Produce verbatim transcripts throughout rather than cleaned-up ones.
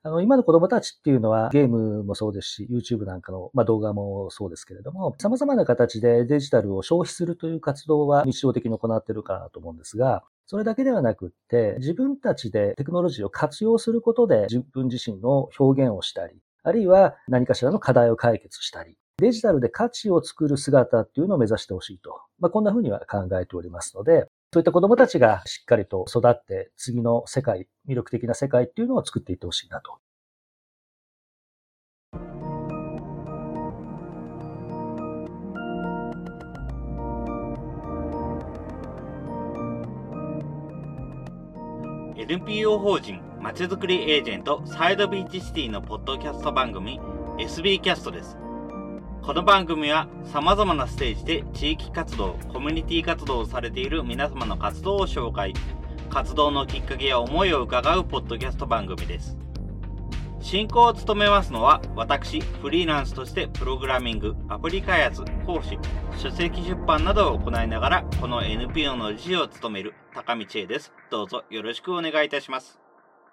あの、今の子供たちっていうのはゲームもそうですし、YouTube なんかの、まあ、動画もそうですけれども、様々な形でデジタルを消費するという活動は日常的に行っているかなと思うんですが、それだけではなくって、自分たちでテクノロジーを活用することで自分自身の表現をしたり、あるいは何かしらの課題を解決したり、デジタルで価値を作る姿っていうのを目指してほしいと。まあ、こんなふうには考えておりますので、そういった子供たちがしっかりと育って次の世界、魅力的な世界っていうのを作っていってほしいなと。 エヌピーオー 法人まちづくりエージェントサイドビーチシティのポッドキャスト番組 エスビー キャストです。この番組は様々なステージで地域活動、コミュニティ活動をされている皆様の活動を紹介、活動のきっかけや思いを伺うポッドキャスト番組です。進行を務めますのは私、フリーランスとしてプログラミング、アプリ開発、講師、書籍出版などを行いながらこの エヌピーオー の理事を務める高道恵です。どうぞよろしくお願いいたします。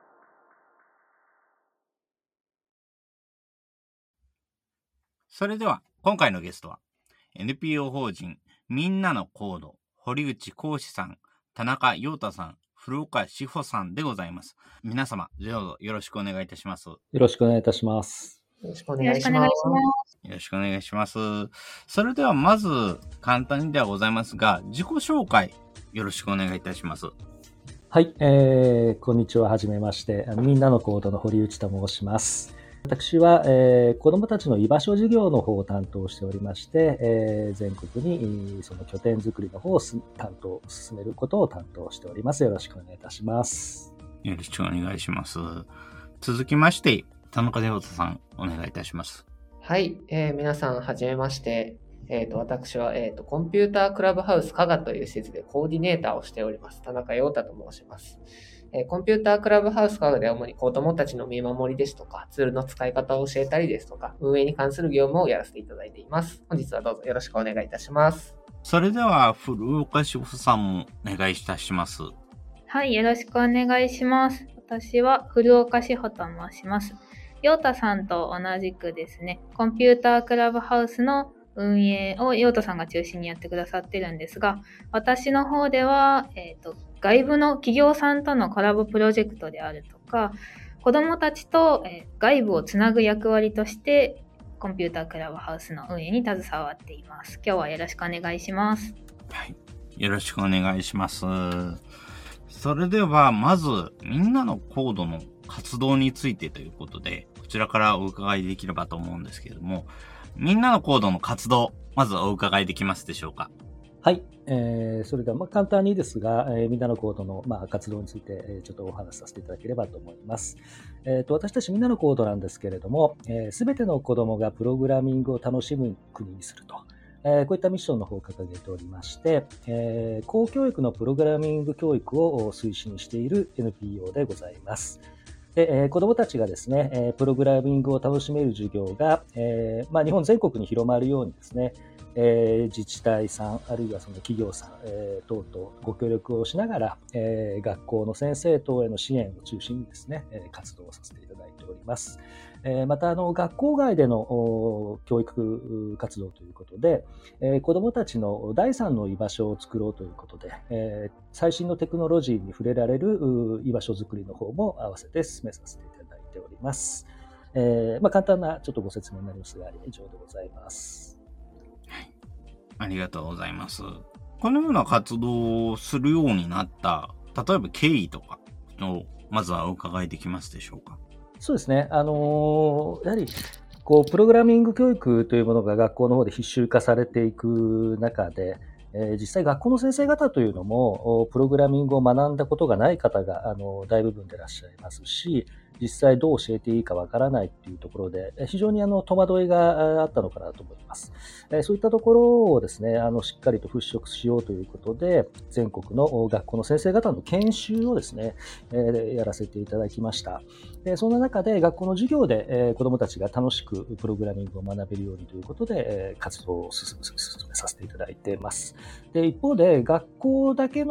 それでは今回のゲストは エヌピーオー 法人みんなのコード堀内浩司さん、田中陽太さん、古岡志保さんでございます。皆様どうぞよろしくお願いいたします。 よろしくお願いいたします。 よろしくお願いします。 よろしくお願いします。それではまず簡単にではございますが自己紹介よろしくお願いいたします。 はい、えー、こんにちは。はじめまして。みんなのコードの堀内と申します。私は、えー、子どもたちの居場所事業の方を担当しておりまして、えー、全国にその拠点作りの方を担当、進めることを担当しております。よろしくお願いいたします。 よろしくお願いします。続きまして、田中陽太さん、お願いいたします。 はい、えー、皆さんはじめまして。えーと、私は、えーと、コンピュータークラブハウス加賀という施設でコーディネーターをしております。田中陽太と申します。えー、コンピュータークラブハウス加賀では主に子どもたちの見守りですとか、ツールの使い方を教えたりですとか、運営に関する業務をやらせていただいています。本日はどうぞよろしくお願いいたします。 それでは、古岡志保さんもお願いいたします。 はい、よろしくお願いします。私は古岡志保と申します。陽太さんと同じくですね、コンピュータークラブハウスの運営を陽太さんが中心にやってくださってるんですが、私の方では、えーと、外部の企業さんとのコラボプロジェクトであるとか、子どもたちと、えー、外部をつなぐ役割としてコンピュータークラブハウスの運営に携わっています。今日はよろしくお願いします。 はい、よろしくお願いします。それではまずみんなのコードの活動についてということで、こちらからお伺いできればと思うんですけれども、みんなのコードの活動、まずお伺いできますでしょうか。 はい、えー、それではまあ簡単にですが、えー、みんなのコードの、まあ、活動について、えー、ちょっとお話しさせていただければと思います。えー、と私たちみんなのコードなんですけれども、す、えー、べ、ての子どもがプログラミングを楽しむ国にすると、えー、こういったミッションの方を掲げておりまして、えー、公教育のプログラミング教育を推進している エヌピーオー でございます。で、えー、子どもたちがですね、えー、プログラミングを楽しめる授業が、えーまあ、日本全国に広まるようにですね、えー、自治体さんあるいはその企業さん、えー、等々ご協力をしながら、えー、学校の先生等への支援を中心にですね、えー、活動をさせていただいております。えー、またあの学校外での教育活動ということで、えー、子どもたちの第三の居場所を作ろうということで、えー、最新のテクノロジーに触れられる居場所づくりの方も合わせて進めさせていただいております。えーまあ、簡単なちょっとご説明になりますが以上でございます。 ありがとうございます。このような活動をするようになった、例えば経緯とかをまずはお伺いできますでしょうか。 そうですね。あのー、やはりこうプログラミング教育というものが学校の方で必修化されていく中で、えー、実際学校の先生方というのもプログラミングを学んだことがない方があの大部分でいらっしゃいますし、実際どう教えていいかわからないっていうところで非常にあの戸惑いがあったのかなと思います。そういったところをですね、あのしっかりと払拭しようということで、全国の学校の先生方の研修をですね、やらせていただきました。でそんな中で学校の授業で子どもたちが楽しくプログラミングを学べるようにということで活動を進めさせていただいています。で一方で学校だけの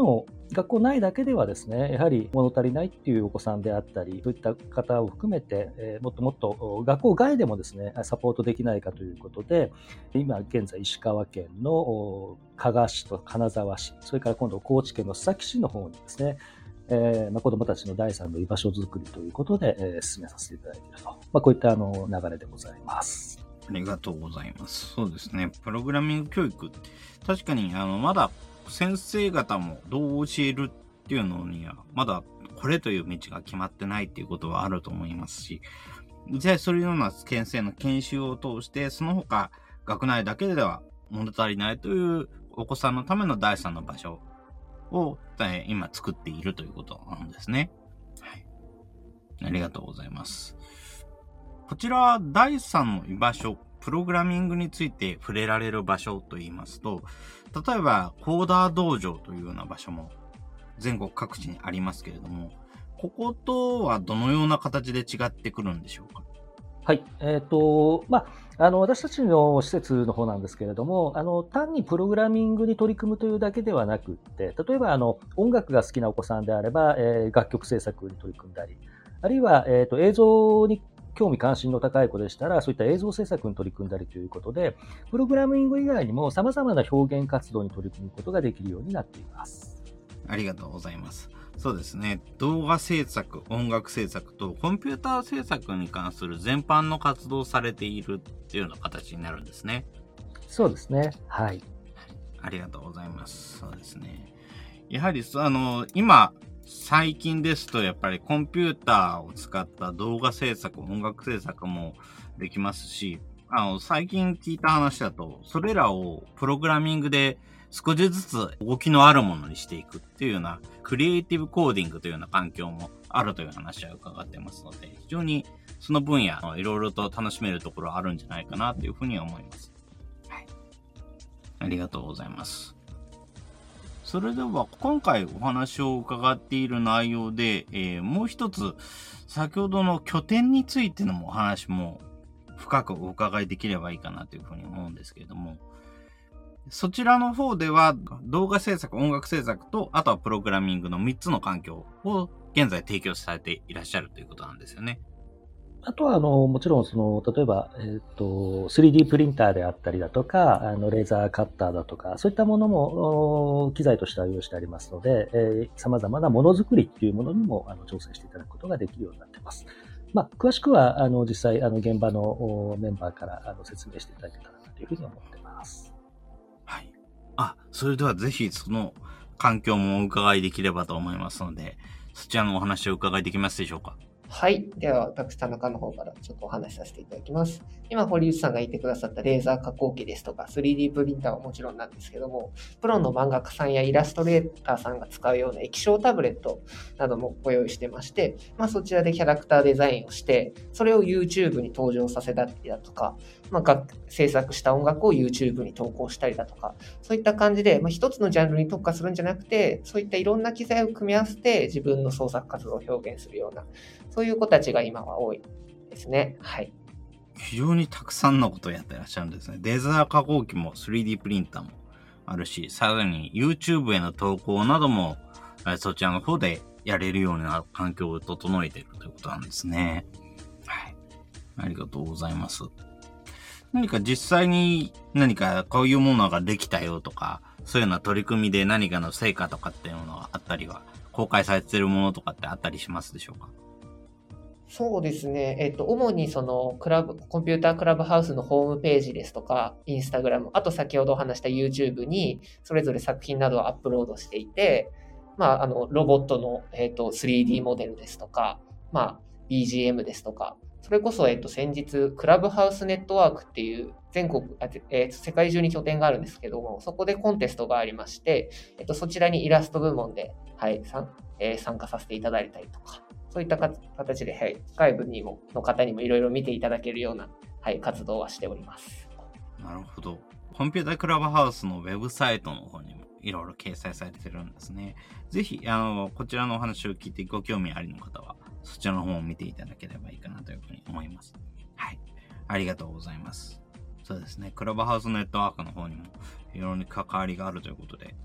学校内だけではですね、やはり物足りないっていうお子さんであったり、そういった方を含めて、えー、もっともっと学校外でもですね、サポートできないかということで、今現在石川県の加賀市と金沢市、それから今度高知県の須崎市の方にですね、えーまあ、子どもたちのだいさんの居場所づくりということで、えー、進めさせていただいていると、まあ、こういったあの流れでございます。 ありがとうございます。そうですね。プログラミング教育、確かにあのまだ先生方もどう教えるっていうのには、まだこれという道が決まってないっていうことはあると思いますし、実際そういうような先生の研修を通して、その他学内だけでは物足りないというお子さんのためのだいさんの場所を今作っているということなんですね。はい。ありがとうございます。こちらはだいさんの居場所、プログラミングについて触れられる場所といいますと、例えばコーダー道場というような場所も全国各地にありますけれども、こことはどのような形で違ってくるんでしょうか？ はい。えっと、まあ、あの、私たちの施設の方なんですけれども、あの、単にプログラミングに取り組むというだけではなくって、例えば、あの、音楽が好きなお子さんであれば、えー、楽曲制作に取り組んだり、あるいは、えっと、映像に興味関心の高い子でしたら、そういった映像制作に取り組んだりということで、プログラミング以外にも様々な表現活動に取り組むことができるようになっています。 ありがとうございます。そうですね。動画制作、音楽制作とコンピューター制作に関する全般の活動をされているっていうような形になるんですね。 そうですね。はい。 ありがとうございます。そうですね。やはり、あの、今、最近ですとやっぱりコンピューターを使った動画制作、音楽制作もできますし、あの、最近聞いた話だと、それらをプログラミングで少しずつ動きのあるものにしていくっていうような、クリエイティブコーディングというような環境もあるという話は伺ってますので、非常にその分野、いろいろと楽しめるところあるんじゃないかなというふうには思います。はい。ありがとうございます。それでは今回お話を伺っている内容で、えー、もう一つ先ほどの拠点についてのお話も深くお伺いできればいいかなというふうに思うんですけれども、そちらの方では動画制作、音楽制作とあとはプログラミングのみっつの環境を現在提供されていらっしゃるということなんですよね。 あとは、あの、もちろん、その、例えば、えっと、スリーディー プリンターであったりだとか、あの、レーザーカッターだとか、そういったものも、機材としては用意してありますので、えー、様々なものづくりっていうものにも、あの、挑戦していただくことができるようになっています。まあ、詳しくは、あの、実際、あの、現場のメンバーから、あの、説明していただけたらなというふうに思っています。 はい。あ、それではぜひ、その環境もお伺いできればと思いますので、そちらのお話をお伺いできますでしょうか？ はい。では、私、田中の方からちょっとお話しさせていただきます。今、堀内さんが言ってくださったレーザー加工機ですとか、スリーディー プリンターはもちろんなんですけども、プロの漫画家さんやイラストレーターさんが使うような液晶タブレットなどもご用意してまして、まあ、そちらでキャラクターデザインをして、それを YouTube に登場させたりだとか、まあ、制作した音楽を YouTube に投稿したりだとか、そういった感じで、まあ、一つのジャンルに特化するんじゃなくて、そういったいろんな機材を組み合わせて自分の創作活動を表現するような、そういう子たちが今は多いですね。はい。 非常にたくさんのことをやってらっしゃるんですね。レーザー加工機も スリーディー プリンターもあるし、さらに YouTube への投稿などもそちらの方でやれるような環境を整えているということなんですね。はい。ありがとうございます。何か実際に何かこういうものができたよとか、そういうような取り組みで何かの成果とかっていうものがあったりは、公開されているものとかってあったりしますでしょうか？ そうですね。えっと、主にそのクラブ、コンピュータークラブハウスのホームページですとか、インスタグラム、あと先ほどお話した YouTube にそれぞれ作品などをアップロードしていて、まあ、あの、ロボットの、えっと、スリーディー モデルですとか、まあ、ビージーエム ですとか、それこそ、えっと、先日、クラブハウスネットワークっていう全国、えっと、世界中に拠点があるんですけども、そこでコンテストがありまして、えっと、そちらにイラスト部門で、はい、さんえー、参加させていただいたりとか、そういった形で、はい、外部にもの方にもいろいろ見ていただけるような、はい、活動はしております。 なるほど。コンピュータークラブハウスのウェブサイトの方にもいろいろ掲載されてるんですね。ぜひ、あの、こちらのお話を聞いてご興味ありの方は、そちらの方を見ていただければいいかなというふうに思います。はい。ありがとうございます。そうですね。クラブハウスネットワークの方にもいろいろ関わりがあるということで、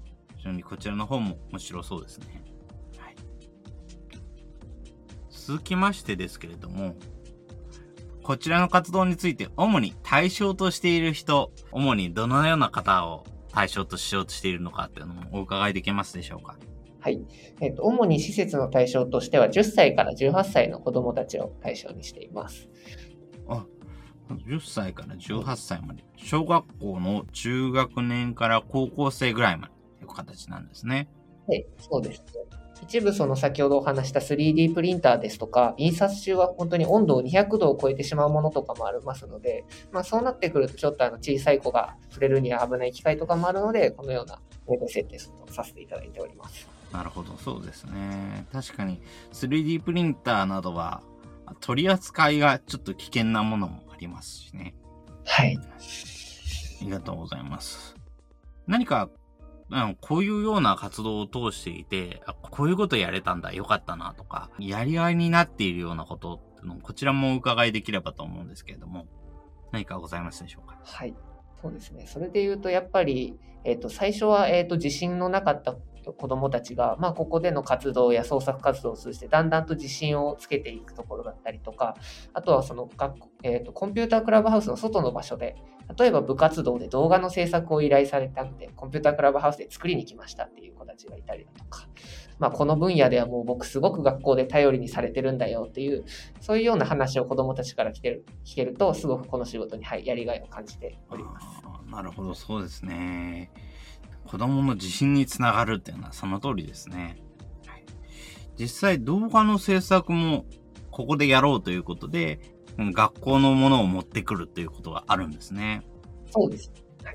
非常にこちらの方も面白そうですね。はい、続きましてですけれども、こちらの活動について主に対象としている人、主にどのような方を対象としようとしているのかっていうのもお伺いできますでしょうか。 はい。えっと、主に施設の対象としてはじゅっさいからじゅうはっさいの子どもたちを対象にしています。 あ、じゅっさいからじゅうはっさいまで。小学校の中学年から高校生ぐらいまでという形なんですね。 はい、そうです。一部その先ほどお話した スリーディー プリンターですとか、印刷中は本当に温度をにひゃくどを超えてしまうものとかもありますので、まあ、そうなってくるとちょっとあの小さい子が触れるには危ない機会とかもあるので、このような設定をさせていただいております。 なるほど、そうですね。確かに スリーディー プリンターなどは取り扱いがちょっと危険なものもありますしね。 はい。 ありがとうございます。何かこういうような活動を通していて、こういうことやれたんだ、よかったなとか、やりがいになっているようなことっていうのをこちらもお伺いできればと思うんですけれども、何かございますでしょうか。 はい、そうですね。それで言うとやっぱり、えーと、最初は、えーと、自信のなかった子どもたちが、まあ、ここでの活動や創作活動を通じてだんだんと自信をつけていくところだったりとか、あとはその学校、えーと、コンピュータークラブハウスの外の場所で、例えば部活動で動画の制作を依頼されたので、コンピュータークラブハウスで作りに来ましたっていう子たちがいたりだとか、まあ、この分野ではもう僕すごく学校で頼りにされてるんだよっていう、そういうような話を子どもたちから聞ける、聞けると、すごくこの仕事に、はい、やりがいを感じております。 なるほど、そうですね。子どもの自信につながるっていうのはその通りですね。はい、実際動画の制作もここでやろうということで、学校のものを持ってくるっていうことがあるんですね。 そうです。はい。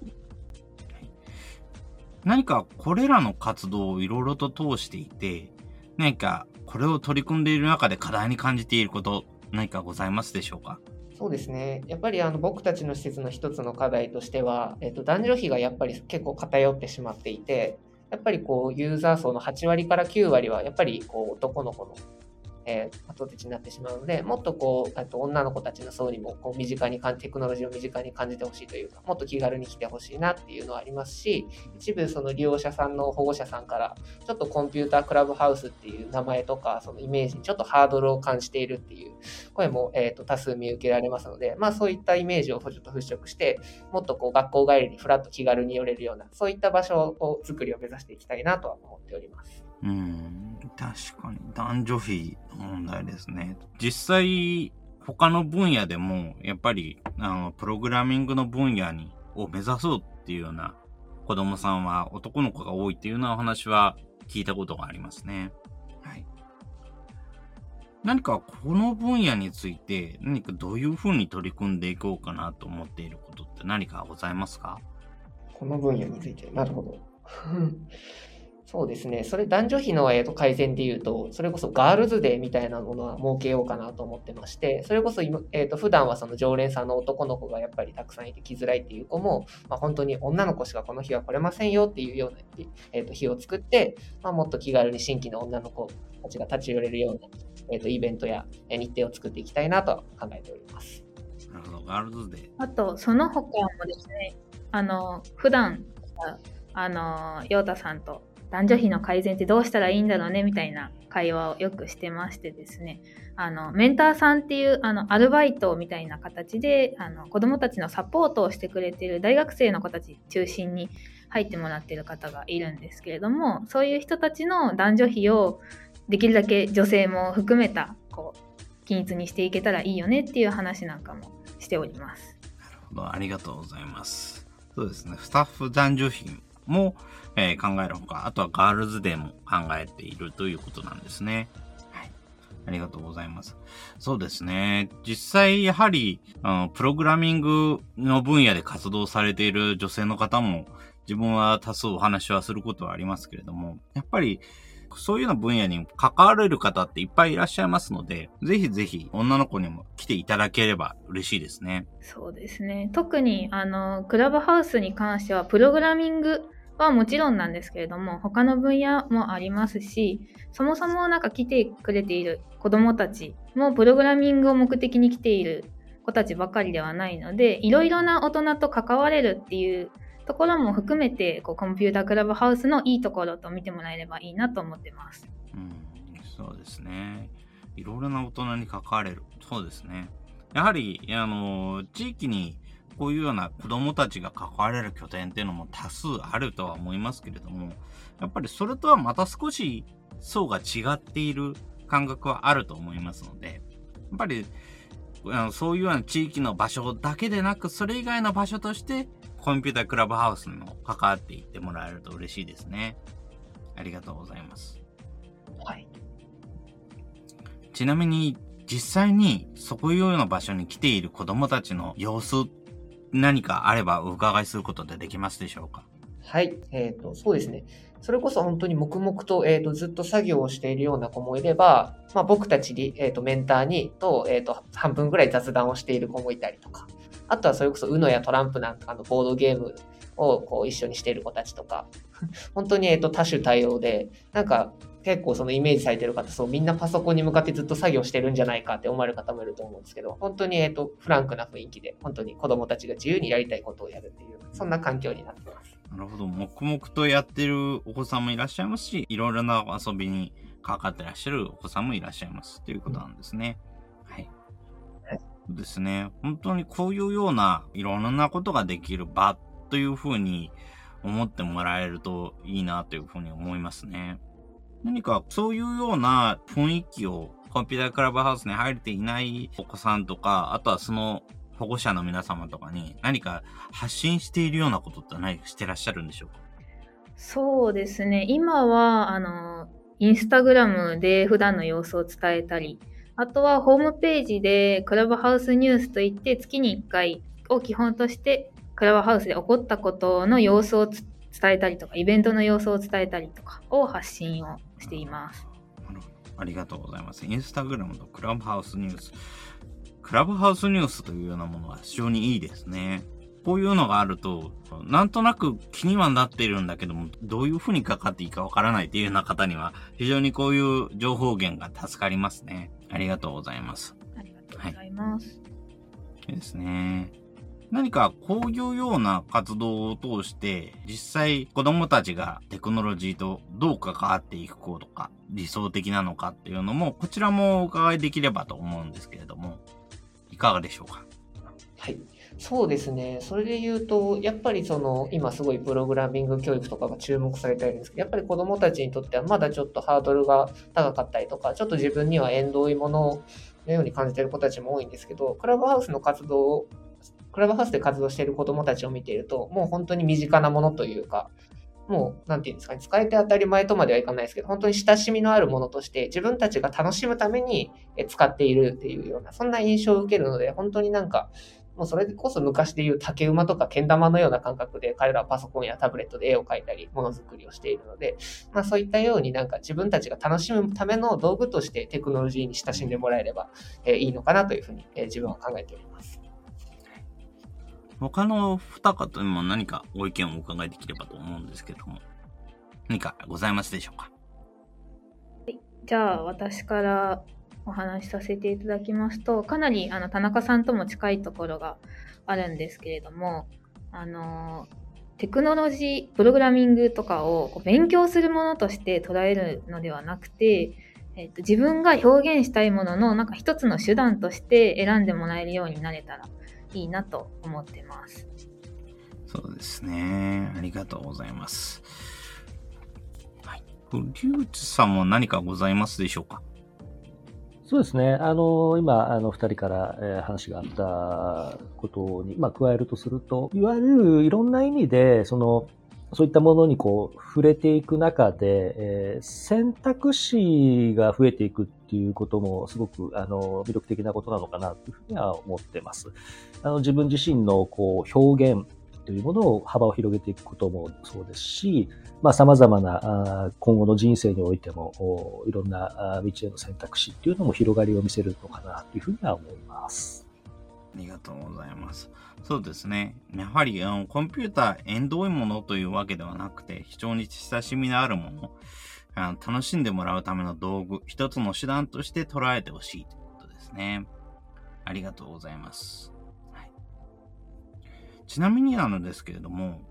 何かこれらの活動をいろいろと通していて、何かこれを取り組んでいる中で課題に感じていること、何かございますでしょうか。 そうですね。やっぱりあの僕たちの施設の一つの課題としては、えっと、男女比がやっぱり結構偏ってしまっていて、やっぱりこうユーザー層のはちわりからきゅうわりはやっぱりこう男の子のえー、後出しになってしまうので、もっとこう、あと女の子たちの層にもこう身近に感じ、テクノロジーを身近に感じてほしいというか、もっと気軽に来てほしいなっていうのはありますし、一部その利用者さんの保護者さんから、ちょっとコンピュータークラブハウスっていう名前とか、そのイメージにちょっとハードルを感じているっていう声も、えー、と多数見受けられますので、まあそういったイメージをちょっと払拭して、もっとこう学校帰りにフラッと気軽に寄れるような、そういった場所を作りを目指していきたいなとは思っております。 うん、確かに男女比の問題ですね。実際他の分野でもやっぱりあのプログラミングの分野にを目指そうっていうような子供さんは男の子が多いっていうようなお話は聞いたことがありますね。はい。何かこの分野について何かどういうふうに取り組んでいこうかなと思っていることって何かございますか？ この分野について、なるほど。そうですね。それ男女比の、えー、と改善でいうと、それこそガールズデーみたいなものは設けようかなと思ってまして、それこそ今、えー、と普段はその常連さんの男の子がやっぱりたくさんいて来づらいっていう子も、まあ、本当に女の子しかこの日は来れませんよっていうような、えー、と日を作って、まあ、もっと気軽に新規の女の子たちが立ち寄れるような、えー、とイベントや日程を作っていきたいなと考えております。 なるほど、ガールズデー。 あとその他もですね、あの普段あの陽太さんと男女比の改善ってどうしたらいいんだろうねみたいな会話をよくしてましてですね、あのメンターさんっていうあのアルバイトみたいな形であの子どもたちのサポートをしてくれている大学生の子たち中心に入ってもらっている方がいるんですけれども、そういう人たちの男女比をできるだけ女性も含めたこう均一にしていけたらいいよねっていう話なんかもしております。 なるほど、ありがとうございます。そうですね、スタッフ男女比も、えー、考えるほか、あとはガールズデーも考えているということなんですね。はい。ありがとうございます。そうですね。実際、やはり、あの、プログラミングの分野で活動されている女性の方も、自分は多数お話はすることはありますけれども、やっぱり、そういうような分野に関われる方っていっぱいいらっしゃいますので、ぜひぜひ女の子にも来ていただければ嬉しいですね。 そうですね。特にあのクラブハウスに関してはプログラミングはもちろんなんですけれども、他の分野もありますし、そもそもなんか来てくれている子どもたちもプログラミングを目的に来ている子たちばかりではないので、いろいろな大人と関われるっていうところも含めてこうコンピュータークラブハウスのいいところと見てもらえればいいなと思ってます。 うん、そうですね。いろいろな大人に関われる。そうですね。やはり、あの、地域にこういうような子供たちが関われる拠点っていうのも多数あるとは思いますけれども、やっぱりそれとはまた少し層が違っている感覚はあると思いますので、やっぱりあのそういうような地域の場所だけでなく、それ以外の場所としてコンピュータークラブハウスにも関わっていってもらえると嬉しいですね。ありがとうございます。 はい。 ちなみに実際にそういうような場所に来ている子供たちの様子、何かあればお伺いすることでできますでしょうか？ はい。えっと、そうですね。それこそ本当に黙々と、えっと、ずっと作業をしているような子もいれば、まあ、僕たちに、えっと、メンターにと、えっと、半分ぐらい雑談をしている子もいたりとか、あとはそれこそ ユーノ やトランプなんかのボードゲームをこう一緒にしている子たちとか、本当に、えっと、多種多様で、なんか結構そのイメージされてる方、そうみんなパソコンに向かってずっと作業してるんじゃないかって思われる方もいると思うんですけど、本当に、えっと、フランクな雰囲気で、本当に子供たちが自由にやりたいことをやるっていう、そんな環境になってます。 なるほど。黙々とやってるお子さんもいらっしゃいますし、いろいろな遊びに関わってらっしゃるお子さんもいらっしゃいますということなんですね。うん、はい。はい。そうですね。本当にこういうようないろんなことができる場というふうに思ってもらえるといいなというふうに思いますね。何かそういうような雰囲気をコンピュータークラブハウスに入れていないお子さんとか、あとはその保護者の皆様とかに何か発信しているようなことって何かしてらっしゃるんでしょうか？ そうですね。今は、あの、インスタグラムで普段の様子を伝えたり、あとはホームページでクラブハウスニュースといって月にいっかいを基本としてクラブハウスで起こったことの様子を伝えたりとか、イベントの様子を伝えたりとかを発信をしています。 なるほど。ありがとうございます。インスタグラムとクラブハウスニュース。クラブハウスニュースというようなものは非常にいいですね。こういうのがあると、なんとなく気にはなっているんだけども、どういうふうにかかっていいかわからないっていうような方には、非常にこういう情報源が助かりますね。ありがとうございます。 ありがとうございます。 はい、ですね。何かこういうような活動を通して、実際子供たちがテクノロジーとどう関わっていくことか、理想的なのかっていうのも、こちらもお伺いできればと思うんですけれども、いかがでしょうか？ はい。そうですね。それで言うと、やっぱりその、今すごいプログラミング教育とかが注目されているんですけど、やっぱり子どもたちにとってはまだちょっとハードルが高かったりとか、ちょっと自分には縁遠いもののように感じている子たちも多いんですけど、クラブハウスの活動を、クラブハウスで活動している子どもたちを見ていると、もう本当に身近なものというか、もう、なんていうんですかね、使えて当たり前とまではいかないですけど、本当に親しみのあるものとして、自分たちが楽しむために使っているっていうような、そんな印象を受けるので、本当になんか、もうそれこそ昔でいう竹馬とかけん玉のような感覚で、彼らはパソコンやタブレットで絵を描いたり、ものづくりをしているので、まあそういったようになんか自分たちが楽しむための道具としてテクノロジーに親しんでもらえれば、えー、いいのかなというふうに、えー、自分は考えております。 他の二方にも何かご意見をお伺いできればと思うんですけれども、何かございますでしょうか？ じゃあ私からお話しさせていただきますと、かなりあの田中さんとも近いところがあるんですけれども、あのテクノロジー、プログラミングとかをこう勉強するものとして捉えるのではなくて、えーと、自分が表現したいもののなんか一つの手段として選んでもらえるようになれたらいいなと思ってます。 そうですね。ありがとうございます。はい。堀内さんも何かございますでしょうか？ そうですね。あの、今、あの、二人から、えー、話があったことに、まあ、加えるとすると、いわゆるいろんな意味で、その、そういったものにこう、触れていく中で、えー、選択肢が増えていくっていうことも、すごく、あの、魅力的なことなのかな、というふうには思ってます。あの、自分自身の、こう、表現というものを幅を広げていくこともそうですし、まあ、様々な今後の人生においてもいろんな道への選択肢っていうのも広がりを見せるのかなというふうには思います。 ありがとうございます。そうですね。やはりあのコンピューター縁遠いものというわけではなくて、非常に親しみのあるもの、あの楽しんでもらうための道具、一つの手段として捉えてほしいということですね。ありがとうございます。はい、ちなみになのですけれども、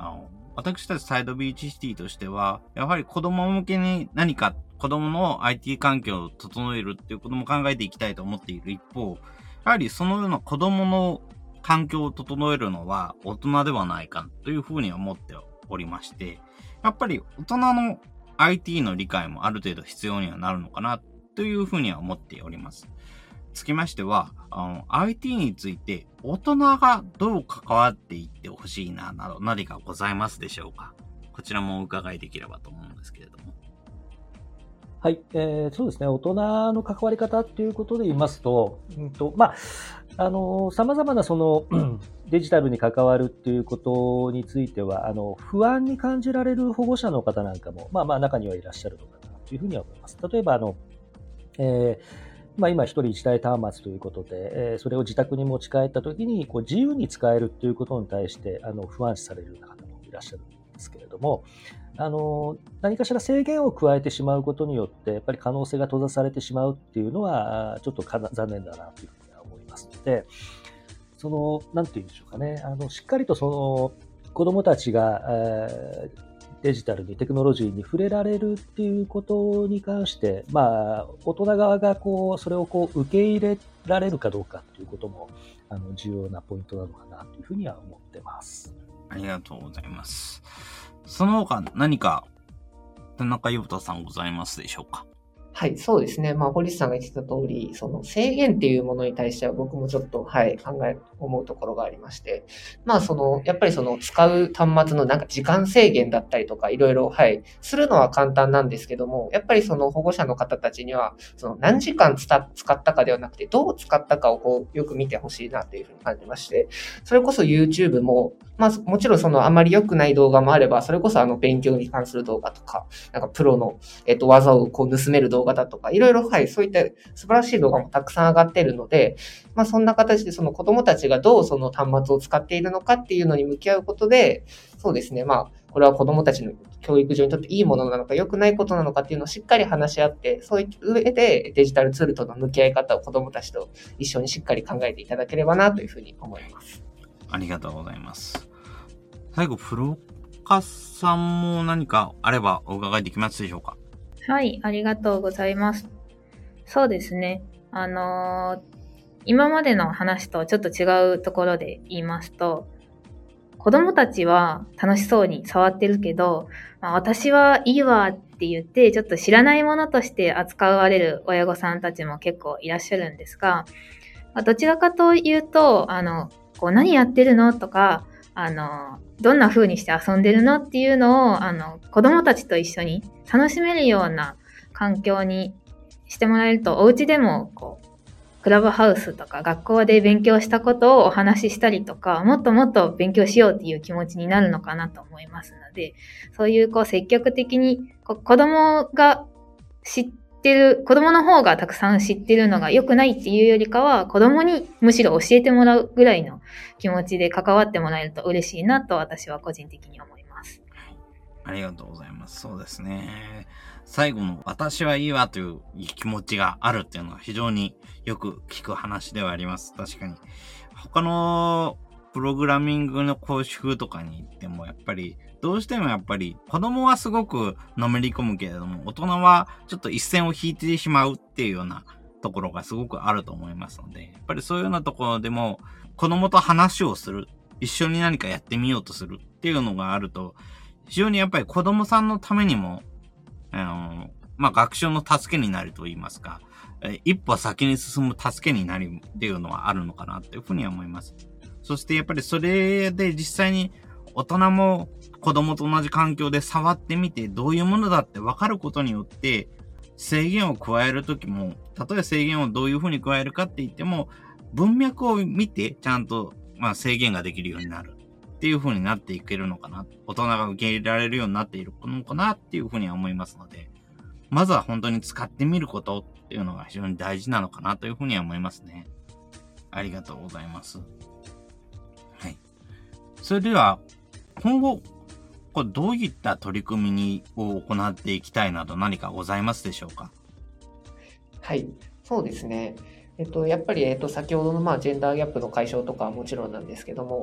あの、私たちサイドビーチシティとしては、やはり子供向けに何か子供の アイティー 環境を整えるっていうことも考えていきたいと思っている一方、やはりそのような子供の環境を整えるのは大人ではないかというふうに思っておりまして、やっぱり大人の アイティー の理解もある程度必要にはなるのかなというふうには思っております。つきましては、あの、アイティー について大人がどう関わっていってほしいな、など何かございますでしょうか。こちらもお伺いできればと思うんですけれども。 はい、えー、そうですね。大人の関わり方っていうことで言いますと、うんと、まあ、あの、様々なその、デジタルに関わるっていうことについては、あの、不安に感じられる保護者の方なんかも、まあまあ中にはいらっしゃるのかなというふうには思います。例えば、あの、えーまあ、今一人一台端末ということで、えー、それを自宅に持ち帰ったときにこう自由に使えるということに対してあの不安視されるような方もいらっしゃるんですけれども、あの何かしら制限を加えてしまうことによってやっぱり可能性が閉ざされてしまうっていうのはちょっと残念だなというふうには思いますので、そのなんていうんでしょうかね、あのしっかりとその子どもたちが、えーデジタルにテクノロジーに触れられるっていうことに関して、まあ、大人側がこうそれをこう受け入れられるかどうかということもあの重要なポイントなのかなというふうには思ってます。 ありがとうございます。その他何か田中裕太さんございますでしょうか。 はい、そうですね。まあ、堀内さんが言ってた通り、その制限っていうものに対しては僕もちょっと、はい、考え、思うところがありまして、まあ、その、やっぱりその使う端末のなんか時間制限だったりとか、いろいろ、はい、するのは簡単なんですけども、やっぱりその保護者の方たちには、その何時間使ったかではなくて、どう使ったかをこう、よく見てほしいなというふうに感じまして、それこそ YouTube も、まあ、もちろんそのあまり良くない動画もあれば、それこそあの勉強に関する動画とか、なんかプロの、えっと、技をこう盗める動画だとか、いろいろ、はい、そういった素晴らしい動画もたくさん上がっているので、まあ、そんな形でその子供たちがどうその端末を使っているのかっていうのに向き合うことで、そうですね、まあ、これは子供たちの教育上にとっていいものなのか良くないことなのかっていうのをしっかり話し合って、そういう上でデジタルツールとの向き合い方を子供たちと一緒にしっかり考えていただければなというふうに思います。 ありがとうございます。最後、フロカさんも何かあればお伺いできますでしょうか。 はい、ありがとうございます。そうですね。あのー、今までの話とちょっと違うところで言いますと、子供たちは楽しそうに触ってるけど、まあ、私はいいわって言ってちょっと知らないものとして扱われる親御さんたちも結構いらっしゃるんですが、まあ、どちらかというと、あの、こう何やってるのとか、あの、どんな風にして遊んでるのっていうのを、あの、子供たちと一緒に楽しめるような環境にしてもらえると、お家でも、こう、クラブハウスとか学校で勉強したことをお話ししたりとか、もっともっと勉強しようっていう気持ちになるのかなと思いますので、そういうこう積極的にこう子供が知ってる、子供の方がたくさん知ってるのが良くないっていうよりかは、子供にむしろ教えてもらうぐらいの気持ちで関わってもらえると嬉しいなと私は個人的に思います。 ありがとうございます。そうですね。最後の私はいいわという気持ちがあるっていうのは非常によく聞く話ではあります。確かに。他のプログラミングの講習とかに行ってもやっぱりどうしてもやっぱり子供はすごくのめり込むけれども大人はちょっと一線を引いてしまうっていうようなところがすごくあると思いますので、やっぱりそういうようなところでも子供と話をする、一緒に何かやってみようとするっていうのがあると非常にやっぱり子供さんのためにもあの、まあ、学習の助けになると言いますか、一歩先に進む助けになるっていうのはあるのかなというふうには思います。そしてやっぱりそれで実際に大人も子供と同じ環境で触ってみてどういうものだって分かることによって制限を加えるときも、たとえ制限をどういうふうに加えるかって言っても文脈を見てちゃんとまあ制限ができるようになるっていう風になっていけるのかな。大人が受け入れられるようになっているのかなっていう風には思いますので、まずは本当に使ってみることっていうのが非常に大事なのかなという風には思いますね。ありがとうございます。はい。それでは、今後、これどういった取り組みにを行っていきたいなど何かございますでしょうか？ はい、そうですね。えっと、やっぱり、えっと、先ほどの、まあ、ジェンダーギャップの解消とかはもちろんなんですけども、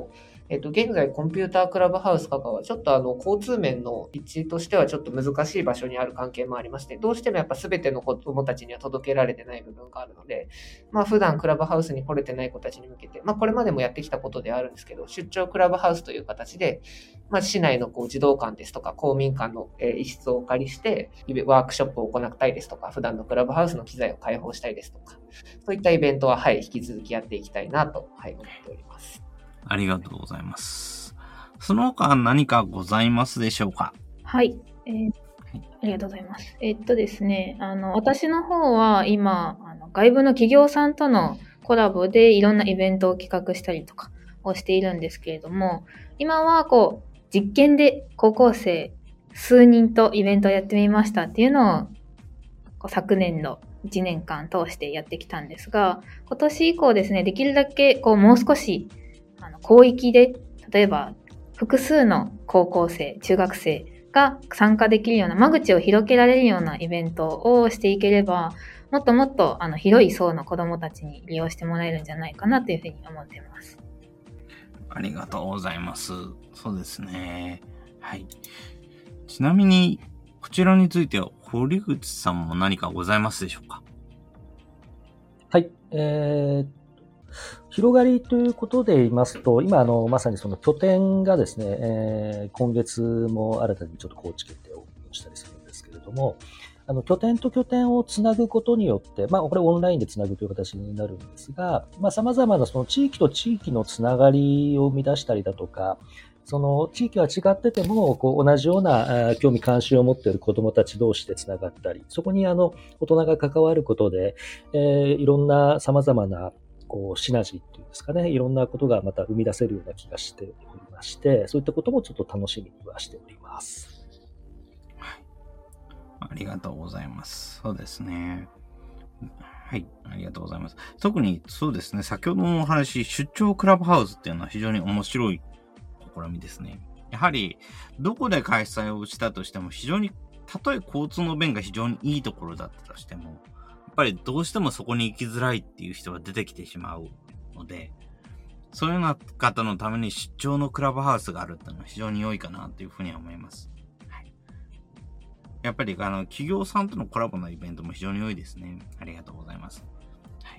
えっと、現在コンピュータークラブハウス香川はちょっとあの交通面の立地としてはちょっと難しい場所にある関係もありまして、どうしてもやっぱ全ての子供たちには届けられてない部分があるので、まあ普段クラブハウスに来れてない子たちに向けて、まあこれまでもやってきたことではあるんですけど、出張クラブハウスという形で、まあ市内のこう児童館ですとか公民館の一室をお借りして、ワークショップを行ったりですとか、普段のクラブハウスの機材を開放したりですとか、そういったイベントは、はい、引き続きやっていきたいなと、はい、思っております。 ありがとうございます。その他何かございますでしょうか？ はい。えー、ありがとうございます。えー、っとですね、あの、私の方は今、あの外部の企業さんとのコラボでいろんなイベントを企画したりとかをしているんですけれども、今はこう、実験で高校生数人とイベントをやってみましたっていうのを、こう昨年度いちねんかん通してやってきたんですが、今年以降ですね、できるだけこうもう少しあの広域で、例えば複数の高校生、中学生が参加できるような、間口を広げられるようなイベントをしていければ、もっともっとあの広い層の子どもたちに利用してもらえるんじゃないかなというふうに思っています。 ありがとうございます。そうですね。はい。ちなみに、こちらについては、堀口さんも何かございますでしょうか？ はい。えー広がりということで言いますと、今あのまさにその拠点がですね、えー、今月も新たにちょっと高知県でオープンしたりするんですけれども、あの拠点と拠点をつなぐことによって、まあこれオンラインでつなぐという形になるんですが、まあ様々なその地域と地域のつながりを生み出したりだとか、その地域は違っててもこう同じような興味関心を持っている子どもたち同士でつながったり、そこにあの大人が関わることで、えー、いろんな様々なこうシナジーっていうんですかね、いろんなことがまた生み出せるような気がしておりまして、そういったこともちょっと楽しみにはしております。 はい。ありがとうございます。そうですね。はい。ありがとうございます。特にそうですね、先ほどのお話、出張クラブハウスっていうのは非常に面白い試みですね。やはり、どこで開催をしたとしても、非常に、たとえ交通の便が非常にいいところだったとしても、やっぱりどうしてもそこに行きづらいっていう人が出てきてしまうので、そういうような方のために出張のクラブハウスがあるっていうのは非常に良いかなというふうに思います。はい、やっぱりあの企業さんとのコラボのイベントも非常に良いですね。ありがとうございます。はい、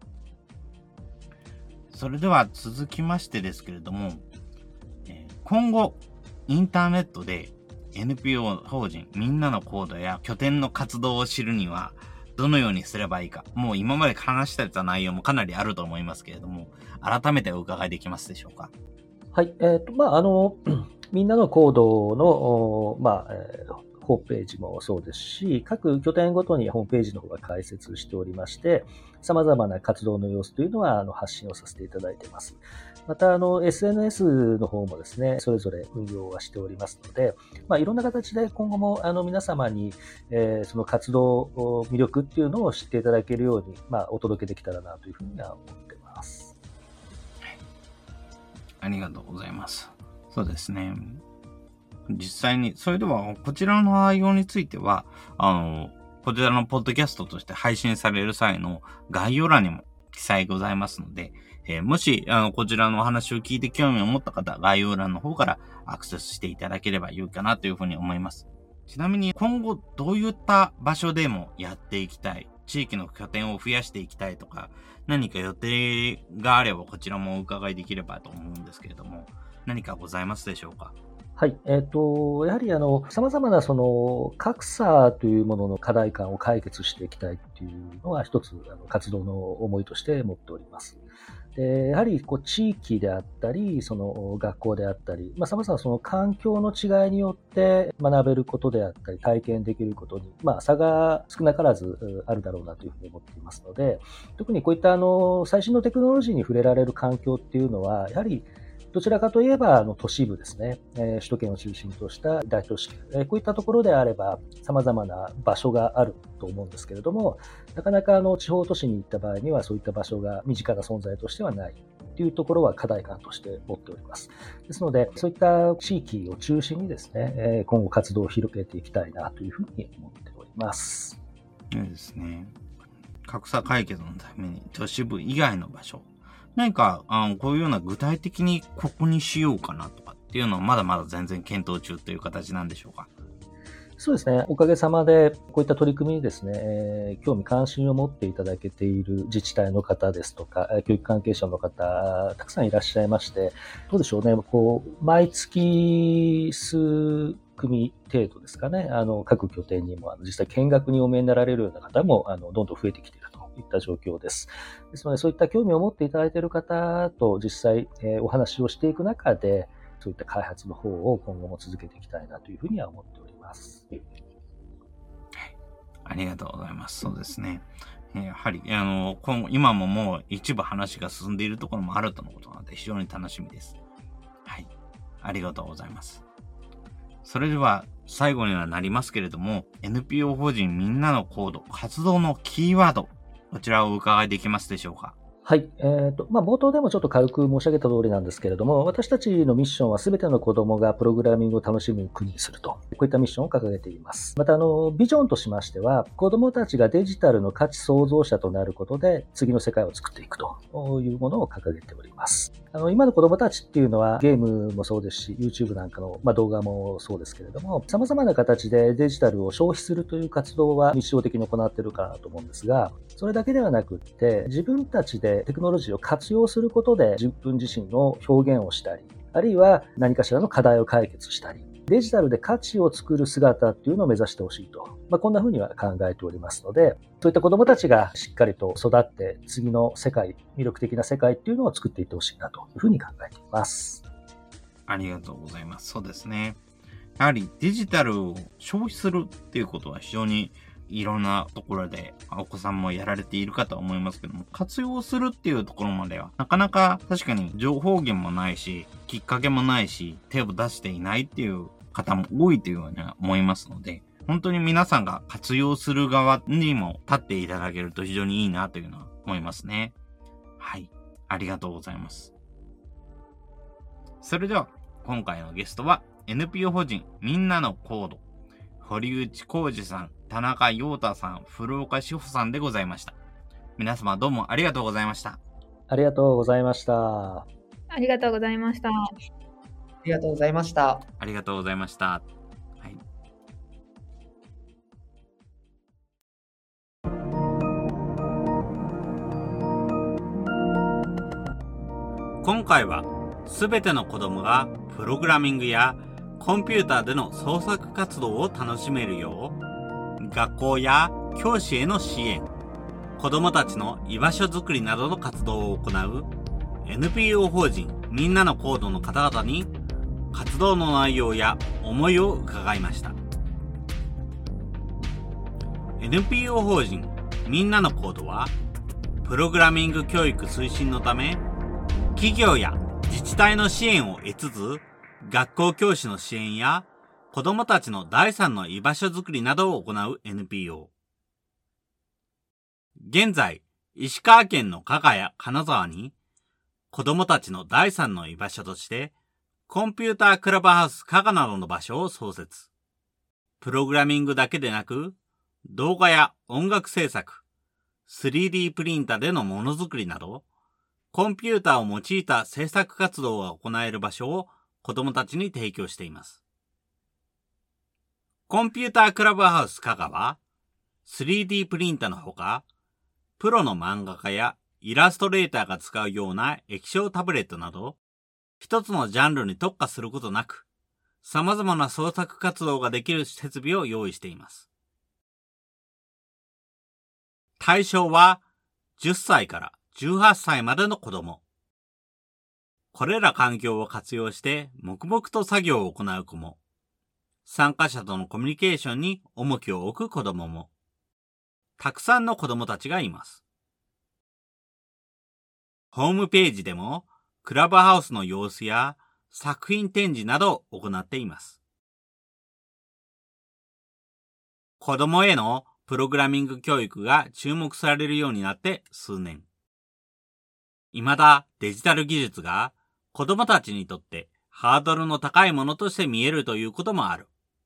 それでは続きましてですけれども、えー、今後インターネットで エヌピーオー 法人みんなのコードや拠点の活動を知るにはどのようにすればいいか、もう今まで話してた内容もかなりあると思いますけれども、改めてお伺いできますでしょうか？ はい、えっと、まあ、あの、みんなのコードの、まあ、えー、ホームページもそうですし、各拠点ごとにホームページの方が開設しておりまして、様々な活動の様子というのはあの発信をさせていただいています。また、あの、エスエヌエス の方もですね、それぞれ運用はしておりますので、まあ、いろんな形で今後も、あの、皆様に、えー、その活動、魅力っていうのを知っていただけるように、まあ、お届けできたらなというふうには思っています。 ありがとうございます。そうですね。実際に、それでは、こちらの内容については、あの、こちらのポッドキャストとして配信される際の概要欄にも記載ございますので、えー、もし、あの、こちらのお話を聞いて興味を持った方、概要欄の方からアクセスしていただければよいかなというふうに思います。ちなみに、今後どういった場所でもやっていきたい、地域の拠点を増やしていきたいとか、何か予定があればこちらもお伺いできればと思うんですけれども、何かございますでしょうか？ はい。えっと、やはりあの、様々なその格差というものの課題感を解決していきたいっていうのが一つあの活動の思いとして持っております。で、やはりこう地域であったり、その学校であったり、まあ、様々なその環境の違いによって学べることであったり、体験できることに、まあ、差が少なからずあるだろうなというふうに思っていますので、特にこういったあの、最新のテクノロジーに触れられる環境っていうのは、やはりどちらかといえば、あの、都市部ですね、えー、首都圏を中心とした大都市圏、えー、こういったところであれば、様々な場所があると思うんですけれども、なかなかあの、地方都市に行った場合には、そういった場所が身近な存在としてはないというところは課題感として持っております。ですので、そういった地域を中心にですね、えー、今後活動を広げていきたいなというふうに思っております。 そうですね。格差解決のために都市部以外の場所、 何か、あの、こういうような具体的にここにしようかなとかっていうのはまだまだ全然検討中という形なんでしょうか？ そうですね。おかげさまで、こういった取り組みにですね、えー興味関心を持っていただけている自治体の方ですとか、えー教育関係者の方、たくさんいらっしゃいまして、どうでしょうね、こう、毎月数組程度ですかね、あの、各拠点にも、あの実際見学にお見えになられるような方も、あの、どんどん増えてきているといった状況です。ですので、そういった興味を持っていただいている方と実際、えーお話をしていく中で、そういった開発の方を今後も続けていきたいなというふうには思っております。 ありがとうございます。そうですね。えーやはり、あの、今今ももう一部話が進んでいるところもあるとのことなので、非常に楽しみです。はい。ありがとうございます。それでは、最後にはなりますけれども、エヌピーオー 法人みんなのコード、活動のキーワード、こちらをお伺いできますでしょうか？ はい。えっ、と、まあ、冒頭でもちょっと軽く申し上げた通りなんですけれども、私たちのミッションはすべての子供がプログラミングを楽しむ国にすると。こういったミッションを掲げています。また、あの、ビジョンとしましては、子供たちがデジタルの価値創造者となることで、次の世界を作っていくというものを掲げております。あの、今の子供たちっていうのは、ゲームもそうですし、YouTube なんかの、まあ、動画もそうですけれども、様々な形でデジタルを消費するという活動は日常的に行っているかなと思うんですが、それだけではなくって、自分たちでテクノロジーを活用することで自分自身の表現をしたり、あるいは何かしらの課題を解決したり、デジタルで価値を作る姿っていうのを目指してほしいと。まあ、こんな風には考えておりますので、そういった子どもたちがしっかりと育って次の世界、魅力的な世界っていうのを作っていってほしいなというふうに考えています。 ありがとうございます。そうですね。やはりデジタルを消費するっていうことは非常にいろんなところでお子さんもやられているかと思いますけども、活用するっていうところまではなかなか確かに情報源もないし、きっかけもないし、手を出していないっていう方も多いというように思いますので、本当に皆さんが活用する側にも立っていただけると非常にいいなというのは思いますね。はい。ありがとうございます。それでは今回のゲストは エヌピーオー 法人みんなのコード、堀内浩二さん、田中陽太さん、古岡志保さんでございました。皆様どうもありがとうございました。 ありがとうございました。 ありがとうございました。 ありがとうございました。 ありがとうございました。はい。今回はすべての子供がプログラミングやコンピューターでの創作活動を楽しめるよう、学校や教師への支援、子供たちの居場所づくりなどの活動を行う エヌピーオー 法人みんなのコードの方々に活動の内容や思いを伺いました。 エヌピーオー 法人みんなのコードはプログラミング教育推進のため企業や自治体の支援を得つつ、学校教師の支援や子供たちの第三の居場所づくりなどを行う エヌピーオー。現在、石川県の加賀や金沢に子供たちの第三の居場所としてコンピュータークラブハウス加賀などの場所を創設。プログラミングだけでなく、動画や音楽制作、スリーディー プリンタでのものづくりなど、コンピューターを用いた制作活動が行える場所を子供たちに提供しています。コンピュータークラブハウス加賀は、スリーディー プリンタのほか、プロの漫画家やイラストレーターが使うような液晶タブレットなど、一つのジャンルに特化することなく、様々な創作活動ができる設備を用意しています。対象はじゅっさいからじゅうはっさいまでの子供。これら環境を活用して黙々と作業を行う子も、参加者とのコミュニケーションに重きを置く子供も、たくさんの子供たちがいます。ホームページでもクラブハウスの様子や作品展示などを行っています。子供へのプログラミング教育が注目されるようになって数年。未だデジタル技術が子供たちにとってハードルの高いものとして見えるということもある。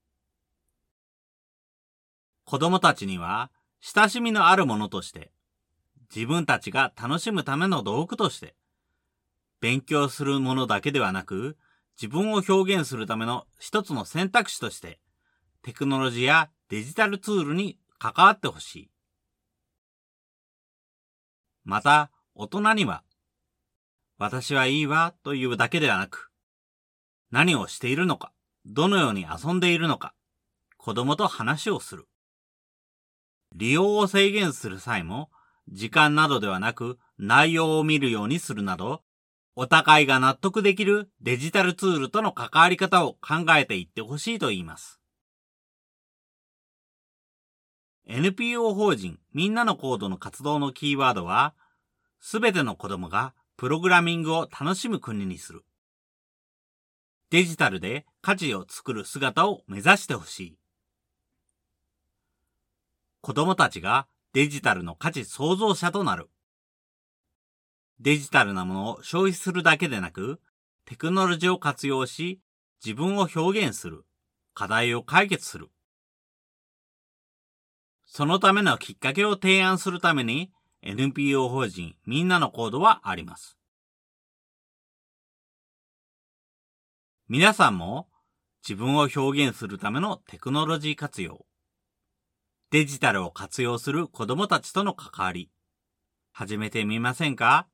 子供たちには親しみのあるものとして、自分たちが楽しむための道具として勉強するものだけではなく、自分を表現するための一つの選択肢として、テクノロジーやデジタルツールに関わってほしい。また、大人には、私はいいわというだけではなく、何をしているのか、どのように遊んでいるのか、子供と話をする。利用を制限する際も、時間などではなく内容を見るようにするなど、お互いが納得できるデジタルツールとの関わり方を考えていってほしいと言います。エヌピーオー 法人みんなのコードの活動のキーワードは、すべての子供がプログラミングを楽しむ国にする。デジタルで価値を作る姿を目指してほしい。子供たちがデジタルの価値創造者となる。デジタルなものを消費するだけでなく、テクノロジーを活用し、自分を表現する。課題を解決する。そのためのきっかけを提案するために、エヌピーオー 法人みんなのコードはあります。皆さんも自分を表現するためのテクノロジー活用、デジタルを活用する子供たちとの関わり、始めてみませんか？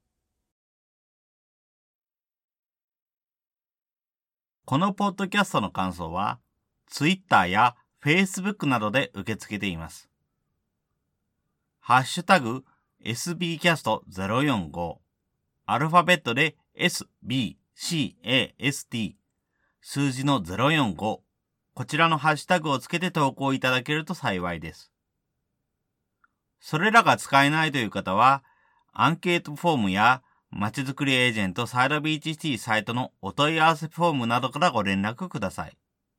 このポッドキャストの感想は、Twitter や Facebook などで受け付けています。ハッシュタグ エスビーキャストゼロよんご、アルファベットで エスビーシーエーエスティー、数字のゼロよんご、こちらのハッシュタグをつけて投稿いただけると幸いです。それらが使えないという方は、アンケートフォームやまちづくりエージェントサイドビーチシティサイトのお問い合わせフォームなどからご連絡ください。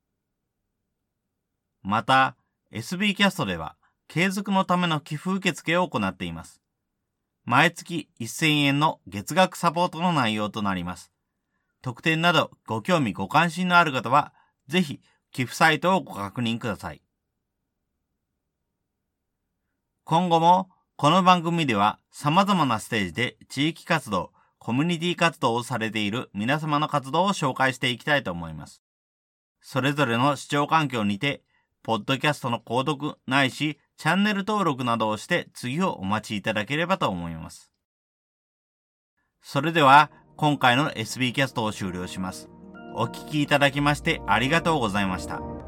また、エスビー キャストでは、継続のための寄付受付を行っています。毎月せんえんの月額サポートの内容となります。特典などご興味ご関心のある方は、ぜひ寄付サイトをご確認ください。今後もこの番組では様々なステージで地域活動、コミュニティ活動をされている皆様の活動を紹介していきたいと思います。それぞれの視聴環境にて、ポッドキャストの購読ないしチャンネル登録などをして次をお待ちいただければと思います。それでは今回の エスビー キャストを終了します。お聞きいただきましてありがとうございました。